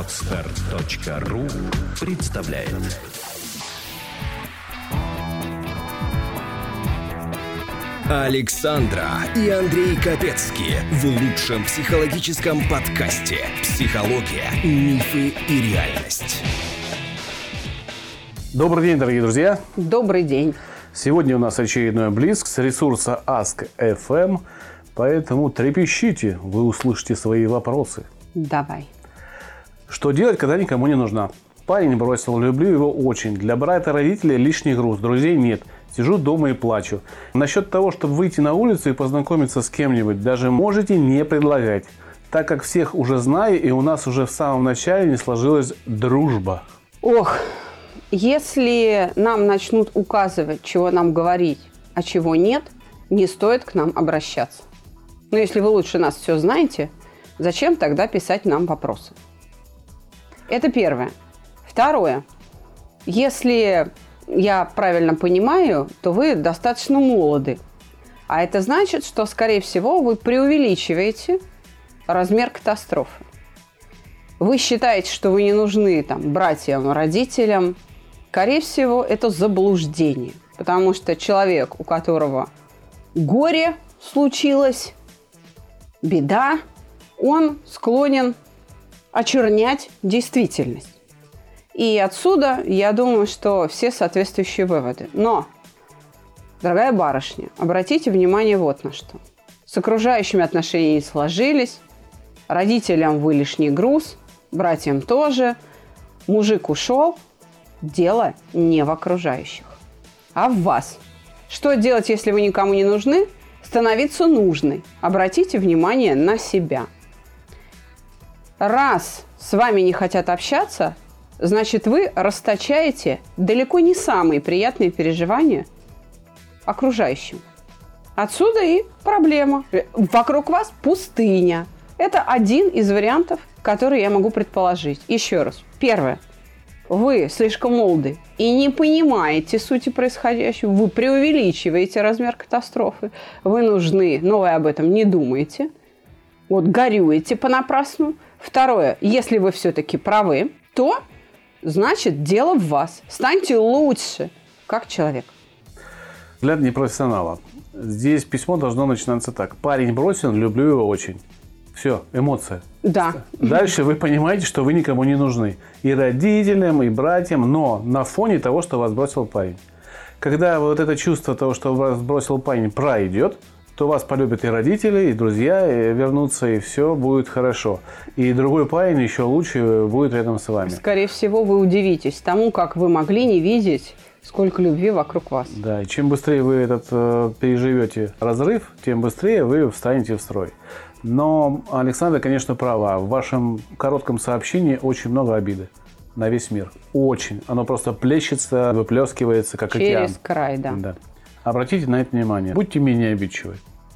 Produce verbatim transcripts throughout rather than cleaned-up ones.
Подстер точка ру представляет. Александра и Андрей Капецки в лучшем психологическом подкасте «Психология, мифы и реальность». Добрый день, дорогие друзья. Добрый день. Сегодня у нас очередной блиц с ресурса Ask эф эм, поэтому трепещите, вы услышите свои вопросы. Давай. Что делать, когда никому не нужна? Парень бросил, люблю его очень. Для брата родителей лишний груз, друзей нет. Сижу дома и плачу. Насчет того, чтобы выйти на улицу и познакомиться с кем-нибудь, даже можете не предлагать. Так как всех уже знаю, и у нас уже в самом начале не сложилась дружба. Ох, если нам начнут указывать, чего нам говорить, а чего нет, не стоит к нам обращаться. Но если вы лучше нас все знаете, зачем тогда писать нам вопросы? Это первое. Второе. Если я правильно понимаю, то вы достаточно молоды. А это значит, что, скорее всего, вы преувеличиваете размер катастрофы. Вы считаете, что вы не нужны там, братьям, родителям. Скорее всего, это заблуждение. Потому что человек, у которого горе случилось, беда, он склонен очернять действительность. И отсюда, я думаю, что все соответствующие выводы. Но, дорогая барышня, обратите внимание вот на что. С окружающими отношения не сложились, родителям вы лишний груз, братьям тоже, мужик ушел. Дело не в окружающих, а в вас. Что делать, если вы никому не нужны? Становиться нужной. Обратите внимание на себя. Раз с вами не хотят общаться, значит, вы расточаете далеко не самые приятные переживания окружающим. Отсюда и проблема. Вокруг вас пустыня. Это один из вариантов, который я могу предположить. Еще раз. Первое. Вы слишком молоды и не понимаете сути происходящего. Вы преувеличиваете размер катастрофы. Вы нужны, но вы об этом не думаете. Вот горюете понапрасну. Второе. Если вы все-таки правы, то, значит, дело в вас. Станьте лучше, как человек. Взгляд непрофессионала. Здесь письмо должно начинаться так. Парень бросил, люблю его очень. Все, эмоция. Да. Дальше вы понимаете, что вы никому не нужны. И родителям, и братьям, но на фоне того, что вас бросил парень. Когда вот это чувство того, что вас бросил парень, пройдет, то вас полюбят и родители, и друзья, и вернутся, и все будет хорошо. И другой парень еще лучше будет рядом с вами. Скорее всего, вы удивитесь тому, как вы могли не видеть, сколько любви вокруг вас. Да, и чем быстрее вы этот э, переживете разрыв, тем быстрее вы встанете в строй. Но Александра, конечно, права. В вашем коротком сообщении очень много обиды на весь мир. Очень. Оно просто плещется, выплескивается, как Через океан. Через край, да. да. Обратите на это внимание. Будьте менее обидчивы.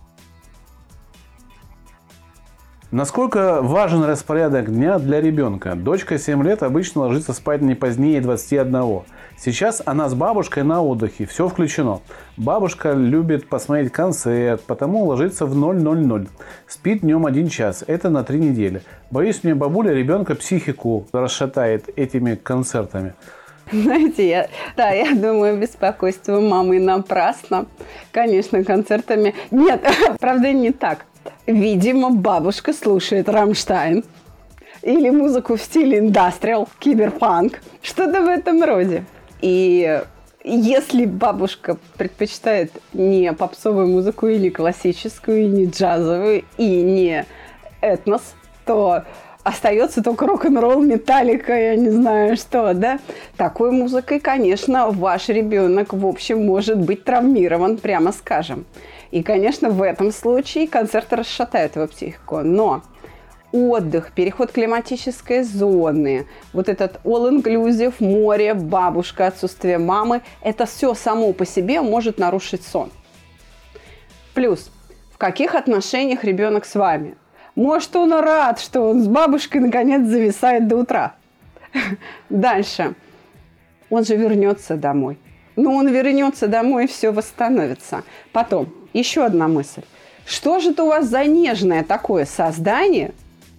Насколько важен распорядок дня для ребенка? Дочка семь лет обычно ложится спать не позднее двадцати одного. Сейчас она с бабушкой на отдыхе, все включено. Бабушка любит посмотреть концерт, потому ложится в ноль ноль ноль. Спит днем один час, это на три недели. Боюсь, мне бабуля ребенка психику расшатает этими концертами. Знаете, я, да, я думаю, беспокойство мамы напрасно. Конечно, концертами... Нет, правда, не так. Видимо, бабушка слушает «Рамштайн» или музыку в стиле индастриал, киберпанк, что-то в этом роде. И если бабушка предпочитает не попсовую музыку, и не классическую, и не джазовую, и не этнос, то остается только рок-н-ролл, металлика, я не знаю что, да? Такой музыкой, конечно, ваш ребенок, в общем, может быть травмирован, прямо скажем. И, конечно, в этом случае концерт расшатает его психику. Но отдых, переход климатической зоны, вот этот all-inclusive, море, бабушка, отсутствие мамы, это все само по себе может нарушить сон. Плюс, в каких отношениях ребенок с вами? Может, он рад, что он с бабушкой наконец зависает до утра. Дальше. Он же вернется домой. Ну, он вернется домой, и все восстановится. Потом, еще одна мысль. Что же это у вас за нежное такое создание,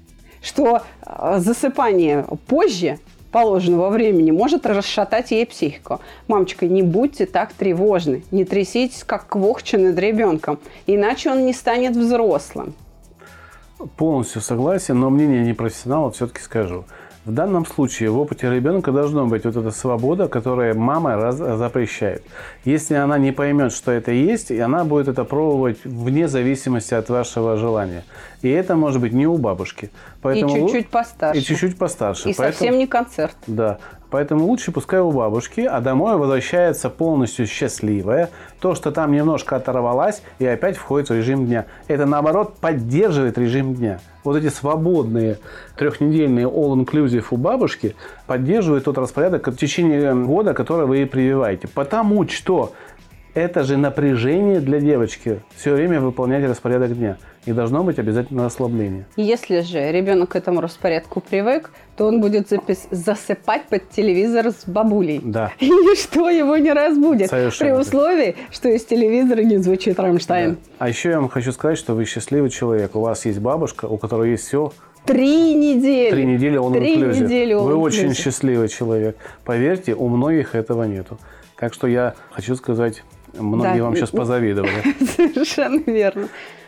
что засыпание позже положенного времени может расшатать ей психику. Мамочка, не будьте так тревожны, не тряситесь, как квохча над ребенком, иначе он не станет взрослым. Полностью согласен, но мнение непрофессионала все-таки скажу. В данном случае в опыте ребенка должна быть вот эта свобода, которую мама раз, запрещает. Если она не поймет, что это есть, она будет это пробовать вне зависимости от вашего желания. И это может быть не у бабушки. Поэтому и чуть-чуть постарше. И чуть-чуть постарше. И Поэтому, совсем не концерт. Да. Поэтому лучше пускай у бабушки, а домой возвращается полностью счастливая. То, что там немножко оторвалась и опять входит в режим дня. Это, наоборот, поддерживает режим дня. Вот эти свободные трехнедельные all-inclusive у бабушки поддерживают тот распорядок в течение года, который вы ей прививаете. Потому что это же напряжение для девочки все время выполнять распорядок дня. И должно быть обязательно расслабление. Если же ребенок к этому распорядку привык, то он будет запис- засыпать под телевизор с бабулей. Да. И ничто его не разбудит. Совершенно. При условии, что из телевизора не звучит Рамштайн. Да. А еще я вам хочу сказать, что вы счастливый человек. У вас есть бабушка, у которой есть все. Три недели. Три недели он Три inclusive. недели Вы all очень inclusive. счастливый человек. Поверьте, у многих этого нету. Так что я хочу сказать, многие Да. вам сейчас позавидовали. Совершенно верно.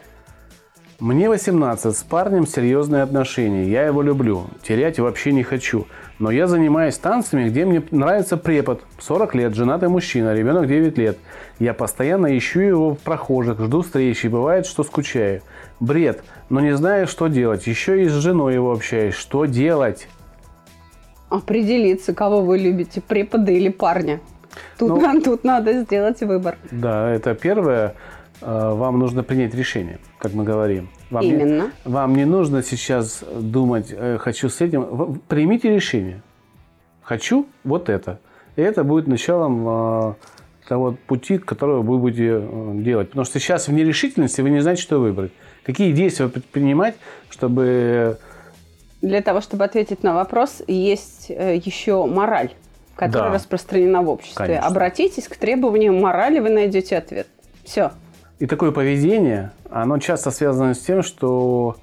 Мне восемнадцать, с парнем серьезные отношения. Я его люблю, терять вообще не хочу. Но я занимаюсь танцами, где мне нравится препод. сорок лет, женатый мужчина, ребенок девять лет. Я постоянно ищу его в прохожих, жду встречи. Бывает, что скучаю. Бред, но не знаю, что делать. Еще и с женой его общаюсь. Что делать? Определиться, кого вы любите, препода или парня. Тут, Ну, нам, тут надо сделать выбор. Да, это первое. Вам нужно принять решение, как мы говорим. Вам Именно. Не, вам не нужно сейчас думать, хочу с этим. Примите решение. Хочу вот это. И это будет началом того пути, который вы будете делать. Потому что сейчас в нерешительности вы не знаете, что выбрать. Какие действия предпринимать, чтобы... Для того, чтобы ответить на вопрос, есть еще мораль, которая Да. распространена в обществе. Конечно. Обратитесь к требованиям морали, вы найдете ответ. Все. И такое поведение, оно часто связано с тем, что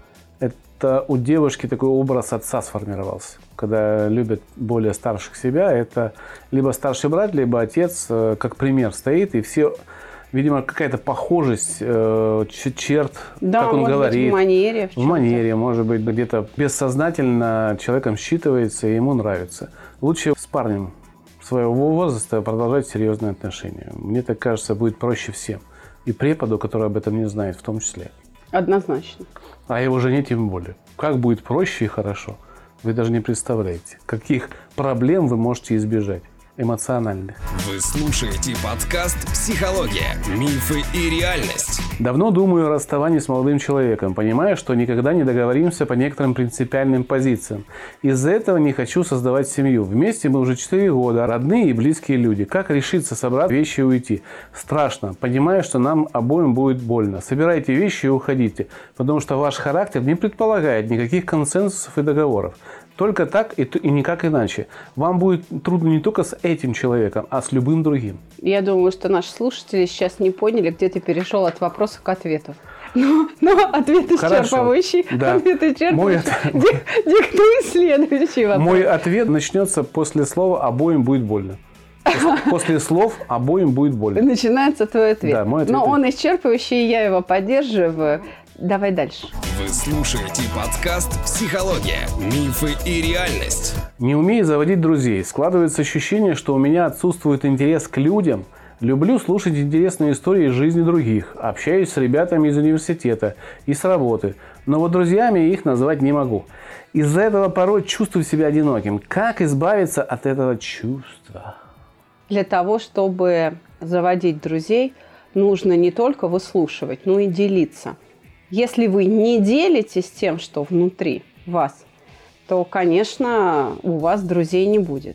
это у девушки такой образ отца сформировался. Когда любят более старших себя, это либо старший брат, либо отец, как пример стоит, и все, видимо, какая-то похожесть э, черт, Да, как он может говорит. быть, в манере. В, В чем-то. манере, может быть, где-то бессознательно человеком считывается, и ему нравится. Лучше с парнем своего возраста продолжать серьезные отношения. Мне так кажется, будет проще всем. И преподу, который об этом не знает, в том числе. Однозначно. А его жене тем более. Как будет проще и хорошо, вы даже не представляете. Каких проблем вы можете избежать эмоциональных. Вы слушаете подкаст «Психология. Мифы и реальность». Давно думаю о расставании с молодым человеком, понимая, что никогда не договоримся по некоторым принципиальным позициям. Из-за этого не хочу создавать семью. Вместе мы уже четыре года, родные и близкие люди. Как решиться собрать вещи и уйти? Страшно, понимая, что нам обоим будет больно. Собирайте вещи и уходите, потому что ваш характер не предполагает никаких консенсусов и договоров. Только так и, и никак иначе. Вам будет трудно не только с этим человеком, а с любым другим. Я думаю, что наши слушатели сейчас не поняли, где ты перешел от вопроса к ответу. Но, но ответ исчерпывающий. Да. Ответ исчерпывающий. Мой, Дик- Диктуй следующий вопрос. мой ответ начнется после слова «обоим будет больно». После, после слов «обоим будет больно». Начинается твой ответ. Да, мой ответ. Но он исчерпывающий, и я его поддерживаю. Давай дальше. Вы слушаете подкаст «Психология. Мифы и реальность». Не умею заводить друзей. Складывается ощущение, что у меня отсутствует интерес к людям. Люблю слушать интересные истории из жизни других. Общаюсь с ребятами из университета и с работы. Но вот друзьями их назвать не могу. Из-за этого порой чувствую себя одиноким. Как избавиться от этого чувства? Для того, чтобы заводить друзей, нужно не только выслушивать, но и делиться. Если вы не делитесь тем, что внутри вас, то, конечно, у вас друзей не будет.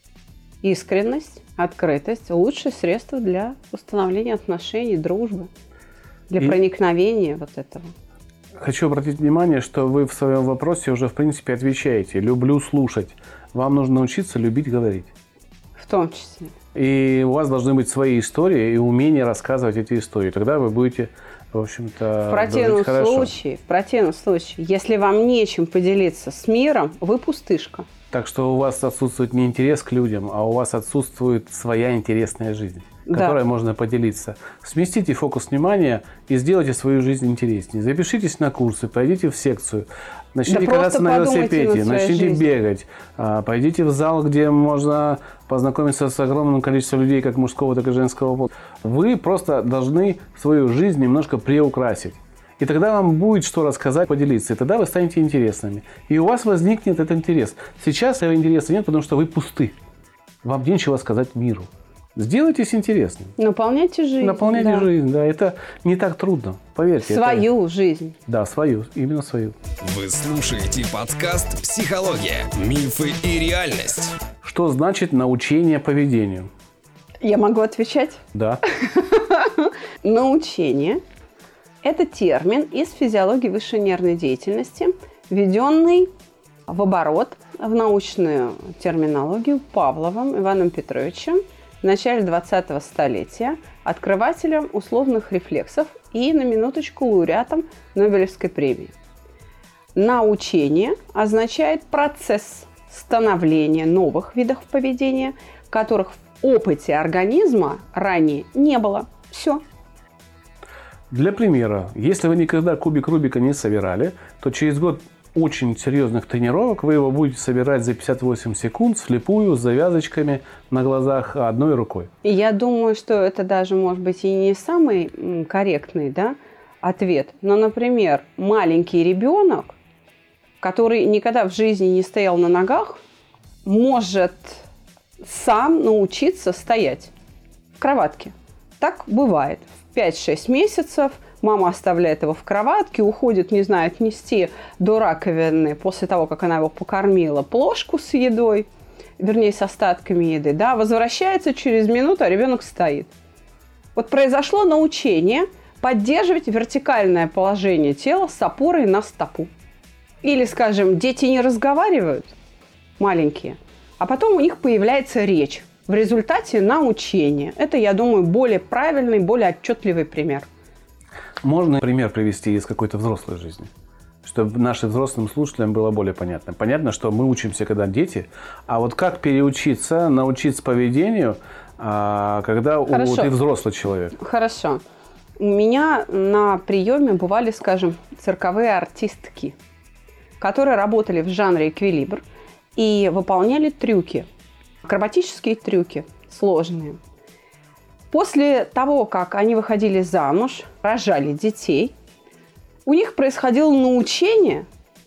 Искренность, открытость – лучшее средство для установления отношений, дружбы, для И... проникновения вот этого. Хочу обратить внимание, что вы в своем вопросе уже, в принципе, отвечаете. Люблю слушать. Вам нужно научиться любить говорить. В том числе. И у вас должны быть свои истории и умение рассказывать эти истории. Тогда вы будете в общем-то, В противном хорошо. случае, в противном случае, если вам нечем поделиться с миром, вы пустышка. Так что у вас отсутствует не интерес к людям, а у вас отсутствует своя интересная жизнь, Да. которой можно поделиться. Сместите фокус внимания и сделайте свою жизнь интереснее. Запишитесь на курсы, пойдите в секцию, начните Да кататься на просто подумайте велосипеде, над своей начните жизнью. бегать, а, пойдите в зал, где можно познакомиться с огромным количеством людей, как мужского, так и женского пола. Вы просто должны свою жизнь немножко приукрасить. И тогда вам будет что рассказать, поделиться. И тогда вы станете интересными. И у вас возникнет этот интерес. Сейчас этого интереса нет, потому что вы пусты. Вам нечего сказать миру. Сделайтесь интересным. Наполняйте жизнь. Наполняйте да. жизнь. Да, это не так трудно. Поверьте. Свою это... жизнь. Да, свою. Именно свою. Вы слушаете подкаст «Психология. Мифы и реальность». Что значит научение поведению? Я могу отвечать? Да. Научение – это термин из физиологии высшей нервной деятельности, введенный в оборот в научную терминологию Павловым Иваном Петровичем в начале двадцатого столетия, открывателем условных рефлексов и, на минуточку, лауреатом Нобелевской премии. Научение означает процесс становления новых видов поведения, которых в опыте организма ранее не было. Все. Для примера, если вы никогда кубик Рубика не собирали, то через год очень серьезных тренировок вы его будете собирать за пятьдесят восемь секунд вслепую, с завязочками на глазах одной рукой. И я думаю, что это даже, может быть, и не самый м, корректный, да, ответ. Но, например, маленький ребенок, который никогда в жизни не стоял на ногах, может сам научиться стоять в кроватке. Так бывает. В пять-шесть месяцев мама оставляет его в кроватке, уходит, не знаю, отнести до раковины после того, как она его покормила, плошку с едой, вернее, с остатками еды, да, возвращается через минуту, а ребенок стоит. Вот произошло научение поддерживать вертикальное положение тела с опорой на стопу. Или, скажем, дети не разговаривают, маленькие, а потом у них появляется речь в результате научения. Это, я думаю, более правильный, более отчетливый пример. Можно пример привести из какой-то взрослой жизни, чтобы нашим взрослым слушателям было более понятно. Понятно, что мы учимся, когда дети, а вот как переучиться, научиться поведению, когда у, ты взрослый человек? Хорошо. У меня на приеме бывали, скажем, цирковые артистки, которые работали в жанре эквилибр и выполняли трюки, акробатические трюки, сложные. После того, как они выходили замуж, рожали детей, у них происходило научение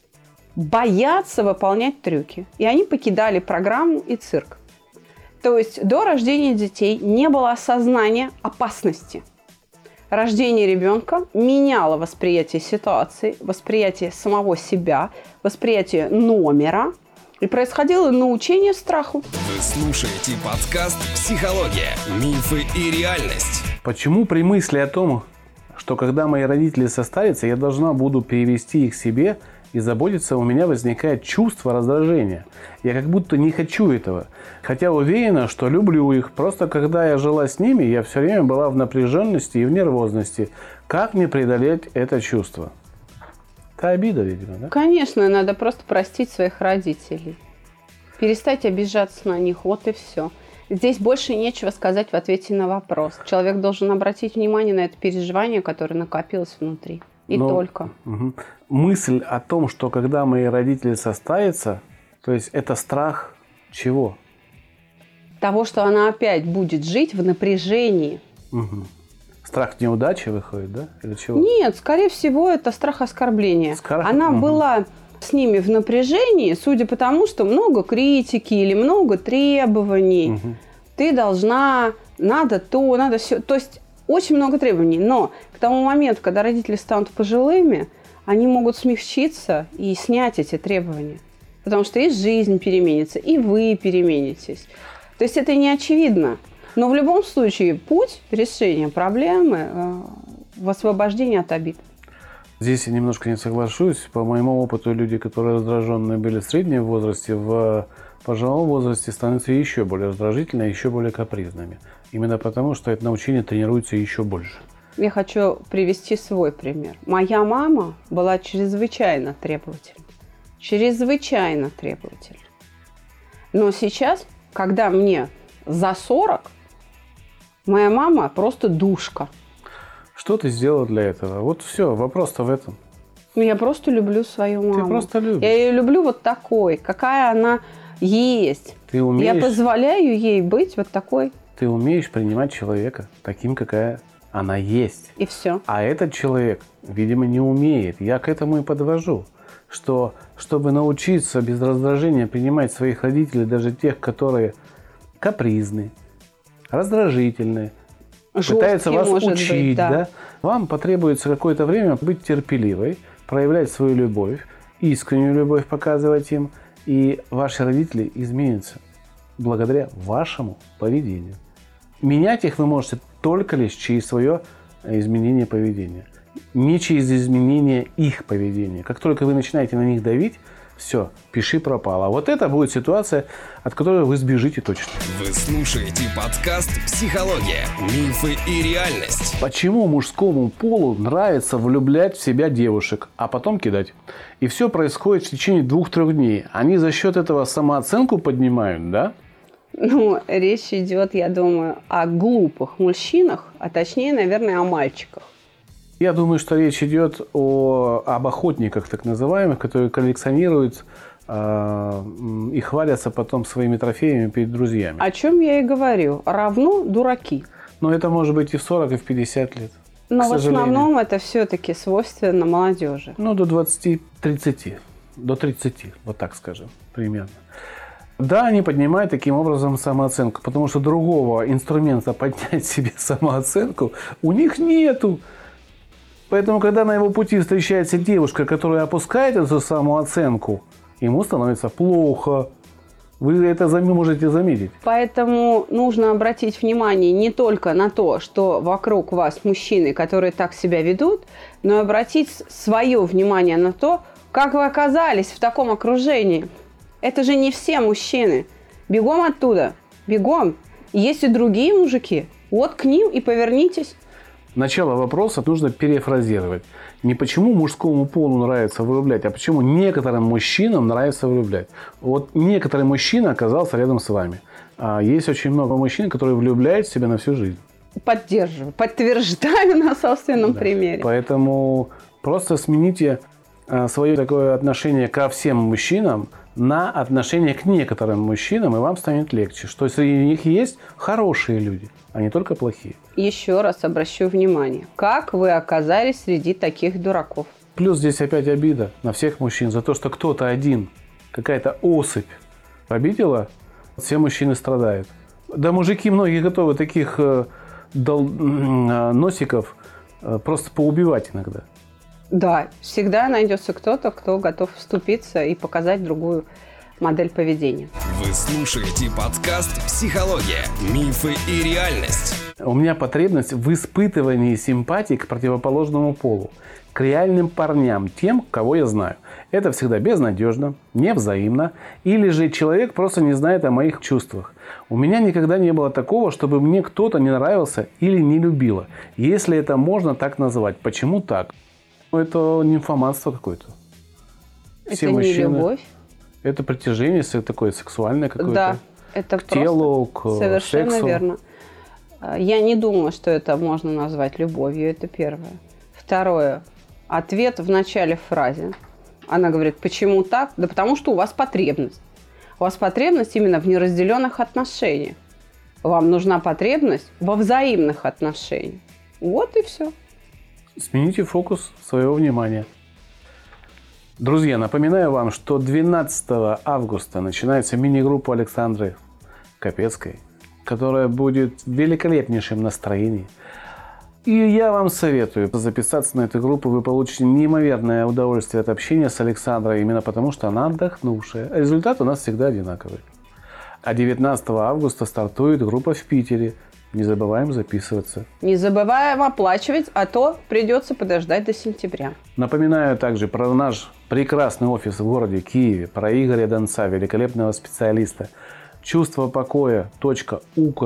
бояться выполнять трюки. И они покидали программу и цирк. То есть до рождения детей не было осознания опасности. Рождение ребенка меняло восприятие ситуации, восприятие самого себя, восприятие номера. И происходило научение страху. Вы слушаете подкаст «Психология. Мифы и реальность». Почему при мысли о том, что когда мои родители состарятся, я должна буду перевести их себе и заботиться, у меня возникает чувство раздражения. Я как будто не хочу этого. Хотя уверена, что люблю их. Просто когда я жила с ними, я все время была в напряженности и в нервозности. Как мне преодолеть это чувство? Это обида, видимо, да? Конечно, надо просто простить своих родителей. Перестать обижаться на них, вот и все. Здесь больше нечего сказать в ответе на вопрос. Человек должен обратить внимание на это переживание, которое накопилось внутри. И Но, только. Угу. Мысль о том, что когда мои родители состарятся, то есть это страх чего? Того, что она опять будет жить в напряжении. Угу. Страх неудачи выходит, да? Или чего? Нет, скорее всего, это страх оскорбления. Страх? Она Угу. была с ними в напряжении, судя по тому, что много критики или много требований. Угу. Ты должна, надо то, надо все. То есть очень много требований. Но к тому моменту, когда родители станут пожилыми, они могут смягчиться и снять эти требования. Потому что и жизнь переменится, и вы переменитесь. То есть это не очевидно. Но в любом случае путь решения проблемы э, в освобождении от обид. Здесь я немножко не соглашусь. По моему опыту, люди, которые раздраженные были в среднем возрасте, в пожилом возрасте становятся еще более раздражительными, еще более капризными. Именно потому, что это научение тренируется еще больше. Я хочу привести свой пример. Моя мама была чрезвычайно требовательна. Чрезвычайно требовательна. Но сейчас, когда мне за сорок, моя мама просто душка. Что ты сделала для этого? Вот все, вопрос-то в этом. Я просто люблю свою маму. Ты просто любишь. Я ее люблю вот такой, какая она есть. Ты умеешь... Я позволяю ей быть вот такой. Ты умеешь принимать человека таким, какая она есть. И все. А этот человек, видимо, не умеет. Я к этому и подвожу. Что, чтобы научиться без раздражения принимать своих родителей, даже тех, которые капризны, раздражительны, Жесткий, пытаются вас может учить, быть, да. да? Вам потребуется какое-то время быть терпеливой, проявлять свою любовь, искреннюю любовь показывать им, и ваши родители изменятся благодаря вашему поведению. Менять их вы можете только лишь через свое изменение поведения. Не через изменение их поведения. Как только вы начинаете на них давить, все, пиши пропало. А вот это будет ситуация, от которой вы сбежите точно. Вы слушаете подкаст «Психология. Мифы и реальность». Почему мужскому полу нравится влюблять в себя девушек, а потом кидать? И все происходит в течение двух-трех дней. Они за счет этого самооценку поднимают, да? Ну, речь идет, я думаю, о глупых мужчинах, а точнее, наверное, о мальчиках. Я думаю, что речь идет о, об охотниках, так называемых, которые коллекционируют э, и хвалятся потом своими трофеями перед друзьями. О чем я и говорю. Равно дураки. Но это может быть и в сорок, и в пятьдесят лет. Но в основном это все-таки свойственно молодежи. Ну, до двадцати-тридцати. До тридцати, вот так скажем, примерно. Да, они поднимают таким образом самооценку, потому что другого инструмента поднять себе самооценку у них нету. Поэтому, когда на его пути встречается девушка, которая опускает эту самооценку, ему становится плохо. Вы это можете заметить. Поэтому нужно обратить внимание не только на то, что вокруг вас мужчины, которые так себя ведут, но и обратить свое внимание на то, как вы оказались в таком окружении. Это же не все мужчины. Бегом оттуда. Бегом. Есть и другие мужики. Вот к ним и повернитесь. Начало вопроса нужно перефразировать. Не почему мужскому полу нравится влюблять, а почему некоторым мужчинам нравится влюблять. Вот некоторый мужчина оказался рядом с вами. А есть очень много мужчин, которые влюбляют в себя на всю жизнь. Поддерживаю. Подтверждаю на собственном да. примере. Поэтому просто смените свое такое отношение ко всем мужчинам на отношение к некоторым мужчинам, и вам станет легче. Что среди них есть хорошие люди, а не только плохие. Еще раз обращу внимание, как вы оказались среди таких дураков. Плюс здесь опять обида на всех мужчин за то, что кто-то один, какая-то особь обидела, все мужчины страдают. Да мужики многие готовы таких э, дол- э, носиков э, просто поубивать иногда. Да, всегда найдется кто-то, кто готов вступиться и показать другую модель поведения. Вы слушаете подкаст «Психология. Мифы и реальность». У меня потребность в испытывании симпатии к противоположному полу, к реальным парням, тем, кого я знаю. Это всегда безнадежно, невзаимно, или же человек просто не знает о моих чувствах. У меня никогда не было такого, чтобы мне кто-то не нравился или не любила, если это можно так назвать. Почему так? Это нимфоманство какое-то. Это Все не мужчины, любовь. Это притяжение такое сексуальное какое-то. Да, это к телу, к совершенно сексу. верно. Я не думаю, что это можно назвать любовью, это первое. Второе. Ответ в начале фразы. Она говорит, почему так? Да потому что у вас потребность. У вас потребность именно в неразделенных отношениях. Вам нужна потребность во взаимных отношениях. Вот и все. Смените фокус своего внимания. Друзья, напоминаю вам, что двенадцатого августа начинается мини-группа Александры Капецкой, которая будет в великолепнейшем настроении. И я вам советую записаться на эту группу. Вы получите неимоверное удовольствие от общения с Александрой, именно потому, что она отдохнувшая. Результат у нас всегда одинаковый. А девятнадцатого августа стартует группа в Питере. Не забываем записываться. Не забываем оплачивать, а то придется подождать до сентября. Напоминаю также про наш прекрасный офис в городе Киеве, про Игоря Донца, великолепного специалиста. чувство покоя точка укр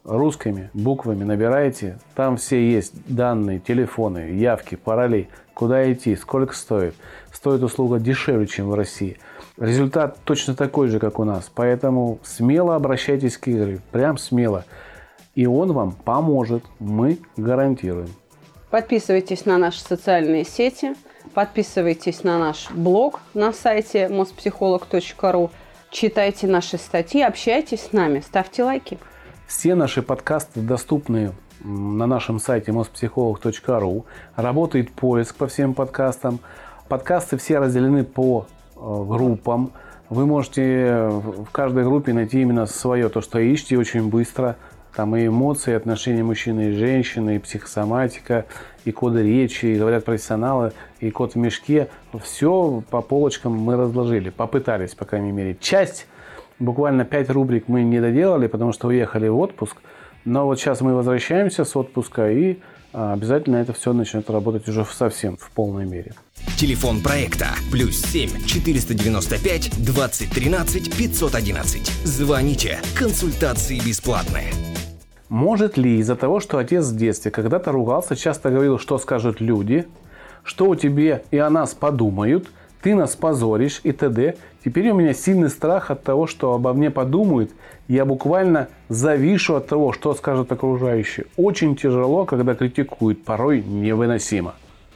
русскими буквами набираете. Там все есть данные, телефоны, явки, пароли, куда идти, сколько стоит. Стоит услуга дешевле, чем в России. Результат точно такой же, как у нас. Поэтому смело обращайтесь к Игорю. Прям смело. И он вам поможет. Мы гарантируем. Подписывайтесь на наши социальные сети. Подписывайтесь на наш блог на сайте мозпсихолог точка ру. Читайте наши статьи, общайтесь с нами, ставьте лайки. Все наши подкасты доступны на нашем сайте мозпсихолог точка ру. Работает поиск по всем подкастам. Подкасты все разделены по группам. Вы можете в каждой группе найти именно свое, то, что ищете, очень быстро. Там и эмоции, и отношения мужчины и женщины, и психосоматика, и коды речи, и говорят профессионалы, и кот в мешке. Все по полочкам мы разложили, попытались, по крайней мере. Часть, буквально пять рубрик мы не доделали, потому что уехали в отпуск. Но вот сейчас мы возвращаемся с отпуска, и обязательно это все начнет работать уже совсем в полной мере. Телефон проекта плюс семь четыреста девяносто пять двадцать тринадцать пятьсот одиннадцать. Звоните, консультации бесплатные. Может ли из-за того, что отец в детстве когда-то ругался, часто говорил, что скажут люди, что о тебе и о нас подумают, ты нас позоришь и т.д. Теперь у меня сильный страх от того, что обо мне подумают. Я буквально завишу от того, что скажут окружающие. Очень тяжело, когда критикуют, порой невыносимо.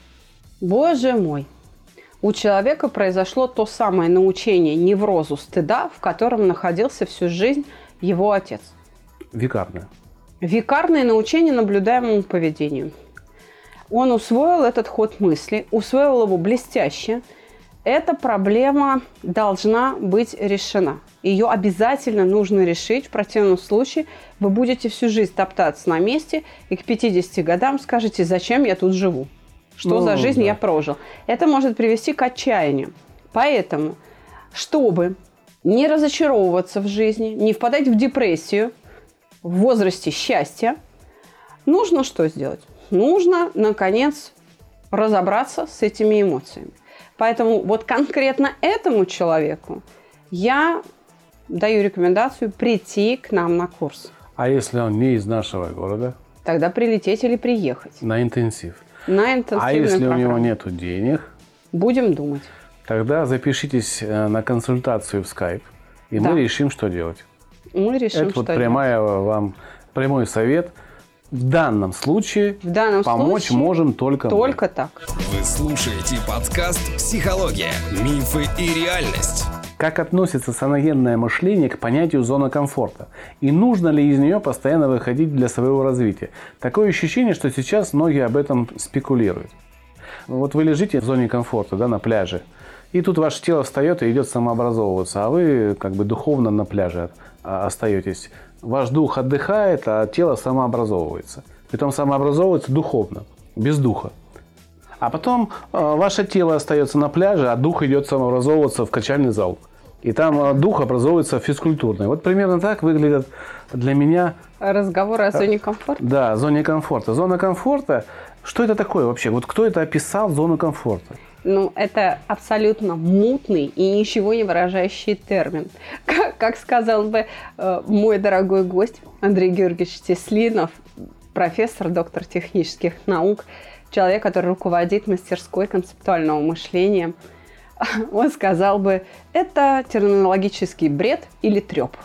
Боже мой! У человека произошло то самое научение неврозу стыда, в котором находился всю жизнь его отец. Викарное. Викарное научение наблюдаемому поведению. Он усвоил этот ход мысли, усвоил его блестяще. Эта проблема должна быть решена. Ее обязательно нужно решить. В противном случае вы будете всю жизнь топтаться на месте и к пятидесяти годам скажете, зачем я тут живу? Что ну, за жизнь да. я прожил? Это может привести к отчаянию. Поэтому, чтобы не разочаровываться в жизни, не впадать в депрессию в возрасте счастья, нужно что сделать? Нужно, наконец, разобраться с этими эмоциями. Поэтому вот конкретно этому человеку я даю рекомендацию прийти к нам на курс. А если он не из нашего города? Тогда прилететь или приехать. На интенсив. На интенсивную А если программу. у него нету денег? Будем думать. Тогда запишитесь на консультацию в Skype, и да. мы решим, что делать. Мы решим, Это что вот делать. прямая вам, прямой совет. В данном случае в данном помочь случае можем только мы. Только так. Вы слушаете подкаст «Психология. Мифы и реальность». Как относится саногенное мышление к понятию зона комфорта? И нужно ли из нее постоянно выходить для своего развития? Такое ощущение, что сейчас многие об этом спекулируют. Вот вы лежите в зоне комфорта, да, на пляже, и тут ваше тело встает и идет самообразовываться, а вы как бы духовно на пляже остаетесь. Ваш дух отдыхает, а тело самообразовывается. Притом самообразовывается духовно, без духа. А потом э, ваше тело остается на пляже, а дух идет самообразовываться в качальный зал. И там э, дух образовывается физкультурный. Вот примерно так выглядят для меня... Разговоры о зоне комфорта? Да, о зоне комфорта. Зона комфорта, что это такое вообще? Вот кто это описал, зону комфорта? Ну, это абсолютно мутный и ничего не выражающий термин. Как, как сказал бы э, мой дорогой гость Андрей Георгиевич Теслинов, профессор, доктор технических наук, человек, который руководит мастерской концептуального мышления, он сказал бы, это терминологический бред или треп.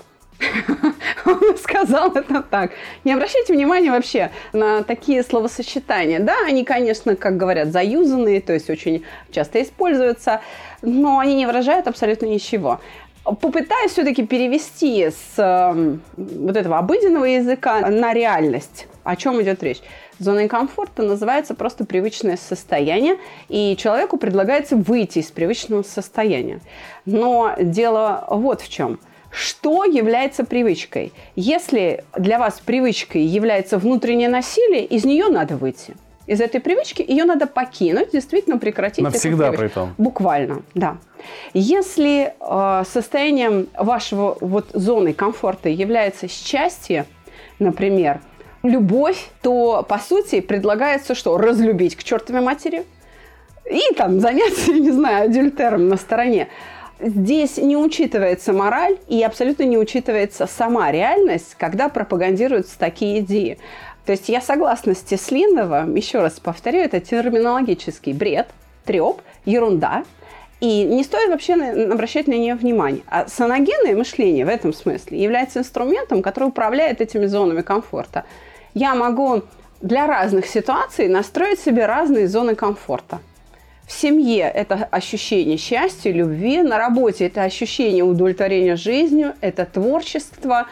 Он сказал это так. Не обращайте внимания вообще на такие словосочетания. Да, они, конечно, как говорят, заюзанные, то есть очень часто используются, но они не выражают абсолютно ничего. Попытаюсь все-таки перевести с э, вот этого обыденного языка на реальность. О чем идет речь? Зоной комфорта называется просто привычное состояние, и человеку предлагается выйти из привычного состояния. Но дело вот в чем. Что является привычкой? Если для вас привычкой является внутреннее насилие, из нее надо выйти. Из этой привычки ее надо покинуть, действительно прекратить. Навсегда при том. Буквально, да. Если э, состоянием вашего вот зоны комфорта является счастье, например, любовь, то, по сути, предлагается что? Разлюбить к чертовой матери и там заняться, не знаю, адюльтером на стороне. здесь не учитывается мораль и абсолютно не учитывается сама реальность, когда пропагандируются такие идеи. То есть я согласна с Теслиновым, еще раз повторю, это терминологический бред, треп, ерунда. И не стоит вообще обращать на нее внимание. А саногенное мышление в этом смысле является инструментом, который управляет этими зонами комфорта. Я могу для разных ситуаций настроить себе разные зоны комфорта. В семье это ощущение счастья, любви, на работе это ощущение удовлетворения жизнью, это творчество,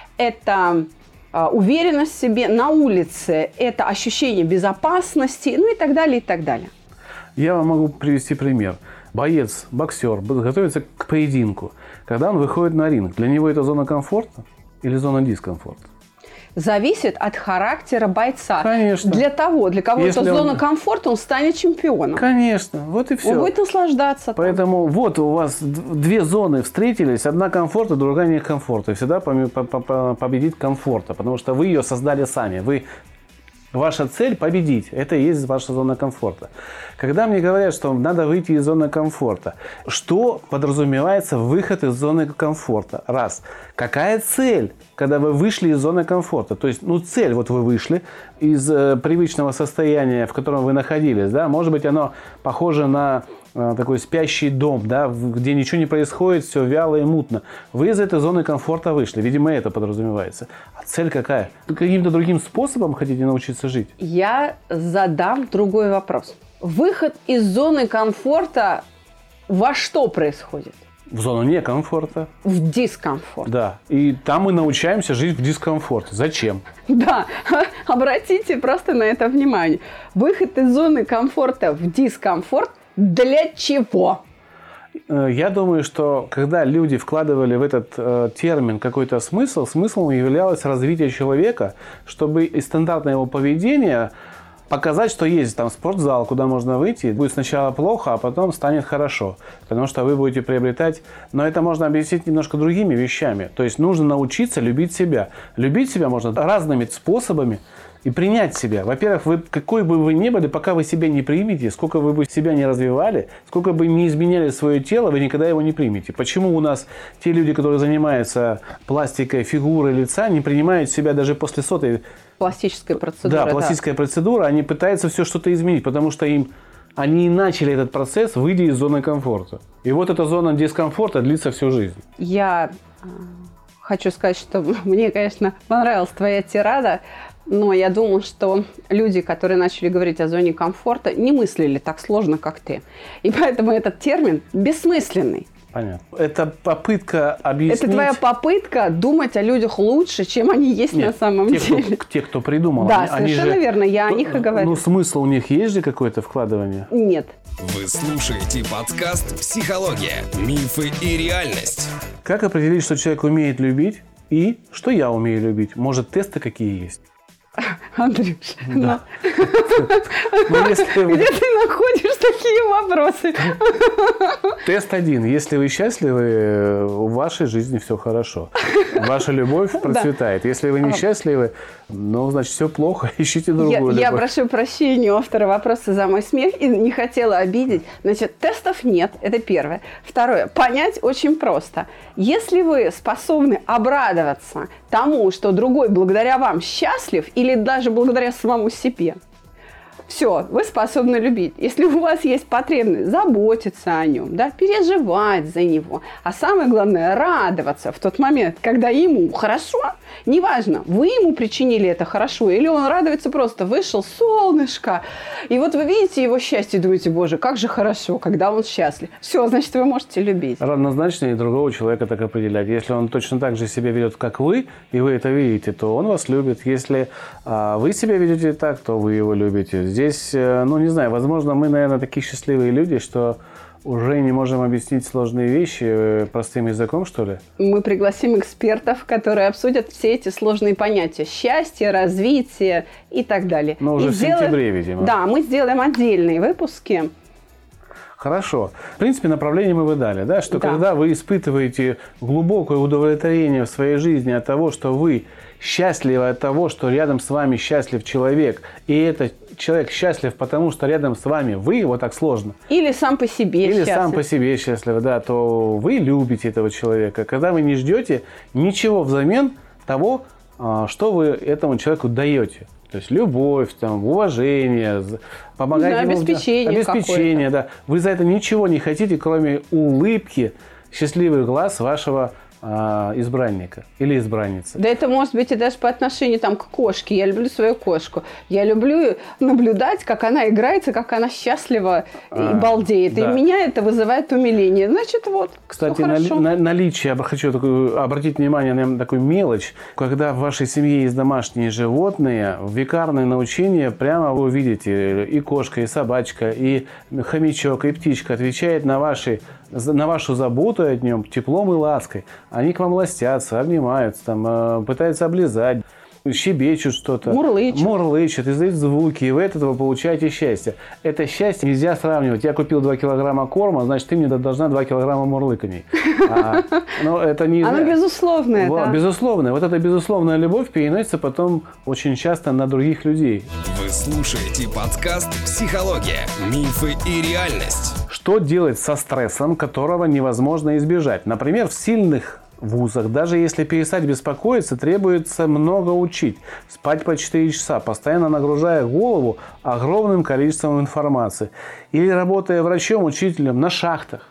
это э, уверенность в себе, на улице это ощущение безопасности, ну и так далее, и так далее. Я вам могу привести пример. Боец, боксер готовится к поединку. Когда он выходит на ринг, для него это зона комфорта или зона дискомфорта? Зависит от характера бойца. Конечно. Для того, для кого Если это зона он... комфорта, он станет чемпионом. Конечно, вот и все. Он будет наслаждаться. Поэтому там. Вот у вас две зоны встретились, одна комфорта, другая не комфорта. И всегда победит комфорта, потому что вы ее создали сами. Вы... Ваша цель – победить. Это и есть ваша зона комфорта. Когда мне говорят, что надо выйти из зоны комфорта, что подразумевается выход из зоны комфорта? Раз. Какая цель, когда вы вышли из зоны комфорта? То есть, ну, цель, вот вы вышли из э, привычного состояния, в котором вы находились, да? Может быть, оно похоже на э, такой спящий дом, да, где ничего не происходит, все вяло и мутно. Вы из этой зоны комфорта вышли. Видимо, это подразумевается. А цель какая? Вы каким-то другим способом хотите научиться жить? Я задам другой вопрос. Выход из зоны комфорта во что происходит? В зону некомфорта. В дискомфорт. Да. И там мы научаемся жить в дискомфорте. Зачем? Да. Обратите просто на это внимание. Выход из зоны комфорта в дискомфорт для чего? Я думаю, что когда люди вкладывали в этот э, термин какой-то смысл, смыслом являлось развитие человека, чтобы из стандартного его поведения показать, что есть там спортзал, куда можно выйти. Будет сначала плохо, а потом станет хорошо. Потому что вы будете приобретать... Но это можно объяснить немножко другими вещами. То есть нужно научиться любить себя. Любить себя можно разными способами и принять себя. Во-первых, вы, какой бы вы ни были, пока вы себя не примете, сколько вы бы себя не развивали, сколько бы не изменяли свое тело, вы никогда его не примете. Почему у нас те люди, которые занимаются пластикой фигуры лица, не принимают себя даже после сотой... Пластическая процедура. Да, пластическая да. процедура. Они пытаются все что-то изменить, потому что им они начали этот процесс, выйдя из зоны комфорта. И вот эта зона дискомфорта длится всю жизнь. Я хочу сказать, что мне, конечно, понравилась твоя тирада, но я думаю, что люди, которые начали говорить о зоне комфорта, не мыслили так сложно, как ты. И поэтому этот термин бессмысленный. Понятно. Это попытка объяснить... Это твоя попытка думать о людях лучше, чем они есть Нет, на самом те, деле. Кто, те, кто придумал. Да, они, совершенно они же, верно. Я о них и говорю. Ну, смысл у них есть же какое-то вкладывание? Нет. Вы слушаете подкаст «Психология. Мифы и реальность». Как определить, что человек умеет любить и что я умею любить? Может, тесты какие есть? Андрюш, да. ну, если вы... где ты находишь такие вопросы? Тест один. Если вы счастливы, в вашей жизни все хорошо. Ваша любовь процветает. Если вы несчастливы, ну, значит, все плохо. Ищите другую я, любовь. Я прошу прощения у автора вопроса за мой смех и не хотела обидеть. Значит, тестов нет. Это первое. Второе. Понять очень просто. Если вы способны обрадоваться тому, что другой благодаря вам счастлив, или даже благодаря самому себе, все, вы способны любить. Если у вас есть потребность заботиться о нем, да, переживать за него, а самое главное, радоваться в тот момент, когда ему хорошо, неважно, вы ему причинили это хорошо, или он радуется просто, вышел солнышко, и вот вы видите его счастье и думаете, боже, как же хорошо, когда он счастлив. Все, значит, вы можете любить. Равнозначно и другого человека так определять. Если он точно так же себя ведет, как вы, и вы это видите, то он вас любит. Если а, вы себя ведете так, то вы его любите. Здесь, ну, не знаю, возможно, мы, наверное, такие счастливые люди, что уже не можем объяснить сложные вещи простым языком, что ли? Мы пригласим экспертов, которые обсудят все эти сложные понятия. Счастье, развитие и так далее. Но уже и в сделаем... сентябре, видимо. Да, мы сделаем отдельные выпуски. Хорошо. В принципе, направление мы выдали, да? Что да. когда вы испытываете глубокое удовлетворение в своей жизни от того, что вы счастливы от того, что рядом с вами счастлив человек, и этот человек счастлив, потому что рядом с вами вы, вот так сложно. Или сам по себе Или счастлив. сам по себе счастлив, да, то вы любите этого человека. Когда вы не ждете ничего взамен того, что вы этому человеку даете. То есть любовь, там, уважение, помогать да, ему. Обеспечение, обеспечение, да. Вы за это ничего не хотите, кроме улыбки, счастливых глаз вашего а, избранника или избранницы. Да это может быть и даже по отношению там, к кошке. Я люблю свою кошку. Я люблю наблюдать, как она играется, как она счастлива а, и балдеет. Да. И меня это вызывает умиление. Значит, вот, кстати, нали, на, наличие, я хочу такую, обратить внимание на такую мелочь. Когда в вашей семье есть домашние животные, векарные научения прямо вы увидите. И кошка, и собачка, и хомячок, и птичка отвечает на ваши на вашу заботу о нем теплом и лаской. Они к вам ластятся, обнимаются, там, пытаются облизать, щебечут что-то. Мурлычут. Мурлычут, издают звуки, и вы от этого получаете счастье. Это счастье нельзя сравнивать. Я купил два килограмма корма, значит, ты мне должна два килограмма мурлыканий. А, но это не... Она безусловная, вот, да. Безусловная. Вот эта безусловная любовь переносится потом очень часто на других людей. Вы слушаете подкаст «Психология. Мифы и реальность». Что делать со стрессом, которого невозможно избежать? Например, в сильных вузах, даже если перестать беспокоиться, требуется много учить. Спать по четыре часа, постоянно нагружая голову огромным количеством информации. Или работая врачом, учителем на шахтах.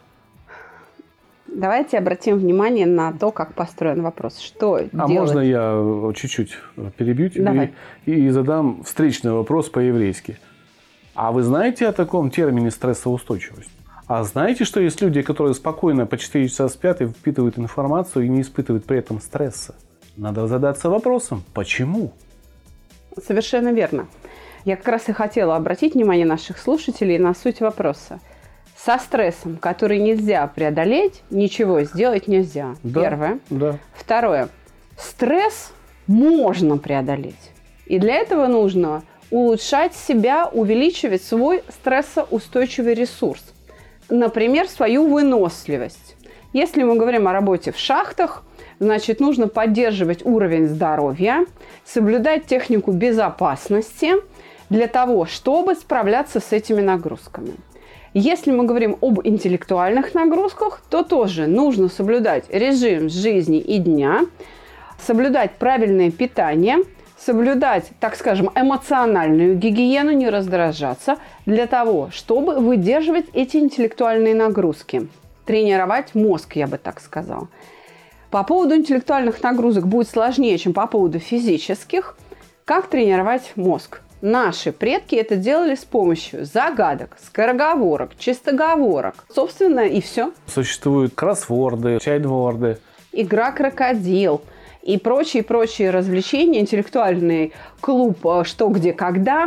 Давайте обратим внимание на то, как построен вопрос. Что а делать? Можно я чуть-чуть перебью тебя и, и задам встречный вопрос по-еврейски? А вы знаете о таком термине стрессоустойчивость? А знаете, что есть люди, которые спокойно по четыре часа спят и впитывают информацию и не испытывают при этом стресса? Надо задаться вопросом, почему? Совершенно верно. Я как раз и хотела обратить внимание наших слушателей на суть вопроса. Со стрессом, который нельзя преодолеть, ничего сделать нельзя. Да, Первое. Да. Второе. Стресс можно преодолеть. И для этого нужно улучшать себя, увеличивать свой стрессоустойчивый ресурс. Например, свою выносливость. Если мы говорим о работе в шахтах, значит, нужно поддерживать уровень здоровья, соблюдать технику безопасности для того, чтобы справляться с этими нагрузками. Если мы говорим об интеллектуальных нагрузках, то тоже нужно соблюдать режим жизни и дня, соблюдать правильное питание, соблюдать, так скажем, эмоциональную гигиену, не раздражаться, для того, чтобы выдерживать эти интеллектуальные нагрузки. Тренировать мозг, я бы так сказала. По поводу интеллектуальных нагрузок будет сложнее, чем по поводу физических. Как тренировать мозг? Наши предки это делали с помощью загадок, скороговорок, чистоговорок. Собственно, и все. Существуют кроссворды, чайтворды. Игра «Крокодил» и прочие-прочие развлечения, интеллектуальный клуб «Что, где, когда»,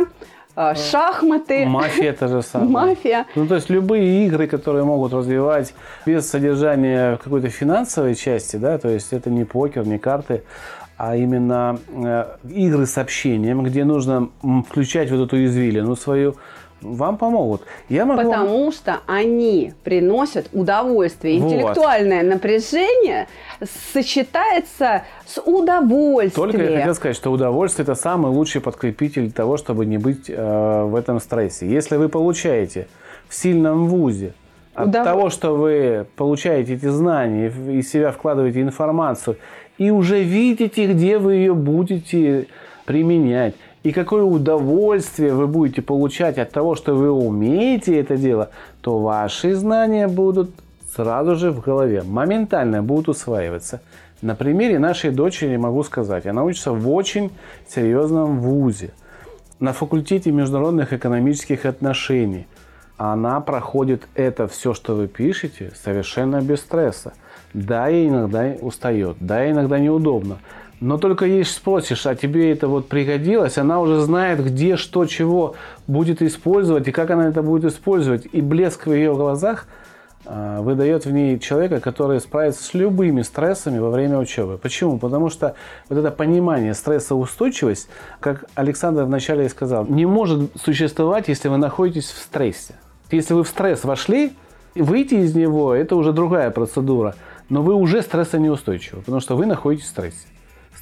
шахматы. Мафия это же самое. Мафия. Ну, то есть любые игры, которые могут развивать без содержания какой-то финансовой части, да, то есть это не покер, не карты, а именно э, игры с общением, где нужно включать вот эту извилину свою, вам помогут. Я могу... Потому что они приносят удовольствие. Вот. Интеллектуальное напряжение сочетается с удовольствием. Только я хотел сказать, что удовольствие – это самый лучший подкрепитель того, чтобы не быть э, в этом стрессе. Если вы получаете в сильном вузе от Удов... того, что вы получаете эти знания, из себя вкладываете информацию, и уже видите, где вы ее будете применять, и какое удовольствие вы будете получать от того, что вы умеете это дело, то ваши знания будут сразу же в голове, моментально будут усваиваться. На примере нашей дочери могу сказать, она учится в очень серьезном вузе, на факультете международных экономических отношений. Она проходит это все, что вы пишете, совершенно без стресса. Да, ей иногда устает, да, иногда неудобно. Но только ей спросишь, а тебе это вот пригодилось, она уже знает, где, что, чего будет использовать и как она это будет использовать. И блеск в ее глазах э, выдает в ней человека, который справится с любыми стрессами во время учебы. Почему? Потому что вот это понимание, стрессоустойчивость, как Александр вначале и сказал, не может существовать, если вы находитесь в стрессе. Если вы в стресс вошли, выйти из него – это уже другая процедура. Но вы уже стрессонеустойчивы, потому что вы находитесь в стрессе.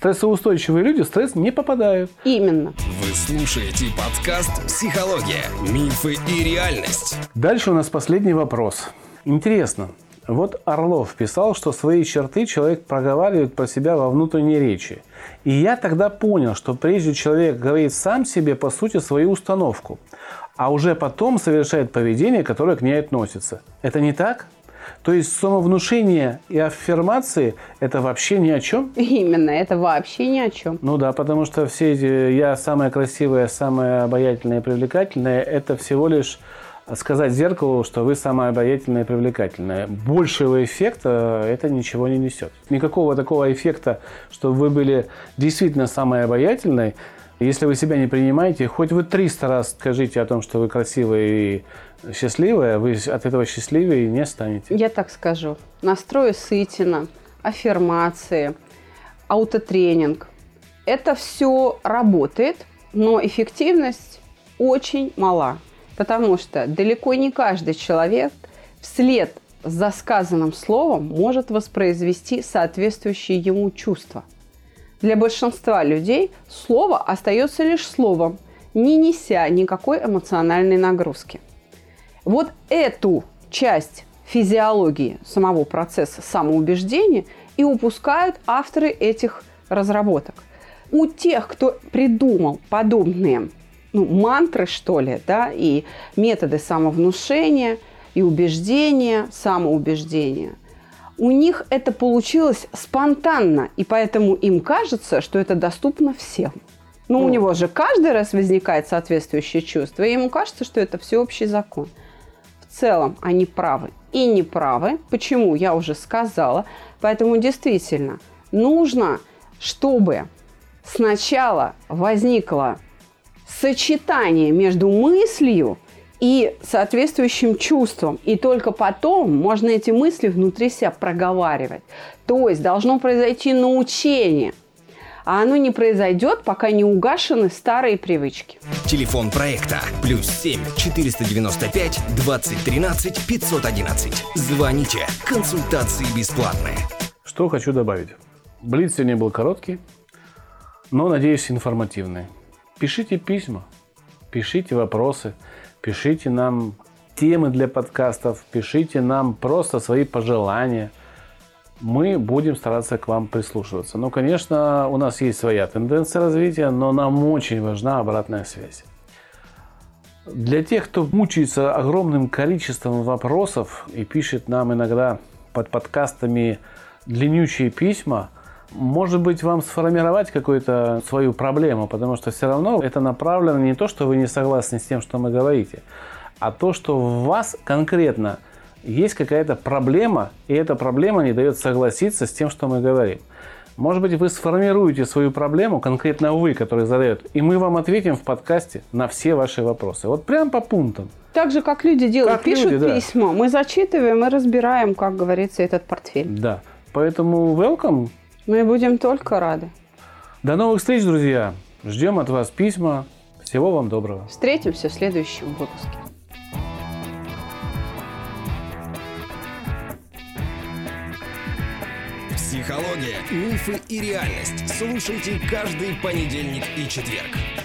Стрессоустойчивые люди в стресс не попадают. Именно. Вы слушаете подкаст «Психология. Мифы и реальность». Дальше у нас последний вопрос. Интересно. Вот Орлов писал, что свои черты человек проговаривает про себя во внутренней речи. И я тогда понял, что прежде человек говорит сам себе, по сути, свою установку, а уже потом совершает поведение, которое к ней относится. Это не так? То есть самовнушение и аффирмации – это вообще ни о чем? Именно, это вообще ни о чем. Ну да, потому что все эти «я самая красивая, самая обаятельная и привлекательная» – это всего лишь сказать зеркалу, что вы самая обаятельная и привлекательная. Большего эффекта это ничего не несет. Никакого такого эффекта, чтобы вы были действительно самой обаятельной. Если вы себя не принимаете, хоть вы триста раз скажите о том, что вы красивая и счастливая, вы от этого счастливее не станете. Я так скажу. Настрой Сытина, аффирмации, аутотренинг. Это все работает, но эффективность очень мала. Потому что далеко не каждый человек вслед за сказанным словом может воспроизвести соответствующие ему чувства. Для большинства людей слово остается лишь словом, не неся никакой эмоциональной нагрузки. Вот эту часть физиологии самого процесса самоубеждения и упускают авторы этих разработок. У тех, кто придумал подобные ну, мантры, что ли, да, и методы самовнушения, и убеждения, самоубеждения, у них это получилось спонтанно, и поэтому им кажется, что это доступно всем. Но ну, у него же каждый раз возникает соответствующее чувство, и ему кажется, что это всеобщий закон. В целом они правы и не правы. Почему? Я уже сказала. Поэтому действительно нужно, чтобы сначала возникло сочетание между мыслью и соответствующим чувством. И только потом можно эти мысли внутри себя проговаривать. То есть должно произойти научение. А оно не произойдет, пока не угашены старые привычки. Телефон проекта плюс семь четыреста девяносто пять двадцать тринадцать пятьсот одиннадцать. Звоните. Консультации бесплатные. Что хочу добавить. Блиц сегодня был короткий, но, надеюсь, информативный. Пишите письма, пишите вопросы, пишите нам темы для подкастов, пишите нам просто свои пожелания. Мы будем стараться к вам прислушиваться. Ну, конечно, у нас есть своя тенденция развития, но нам очень важна обратная связь. Для тех, кто мучается огромным количеством вопросов и пишет нам иногда под подкастами длиннющие письма, может быть, вам сформировать какую-то свою проблему, потому что все равно это направлено не то, что вы не согласны с тем, что мы говорите, а то, что в вас конкретно есть какая-то проблема, и эта проблема не дает согласиться с тем, что мы говорим. Может быть, вы сформируете свою проблему, конкретно вы, который задает, и мы вам ответим в подкасте на все ваши вопросы. Вот прям по пунктам. Так же, как люди делают, как пишут люди, да. письма, мы зачитываем и разбираем, как говорится, этот портфель. Да, поэтому welcome. Мы будем только рады. До новых встреч, друзья. Ждем от вас письма. Всего вам доброго. Встретимся в следующем выпуске. Психология, мифы и реальность. Слушайте каждый понедельник и четверг.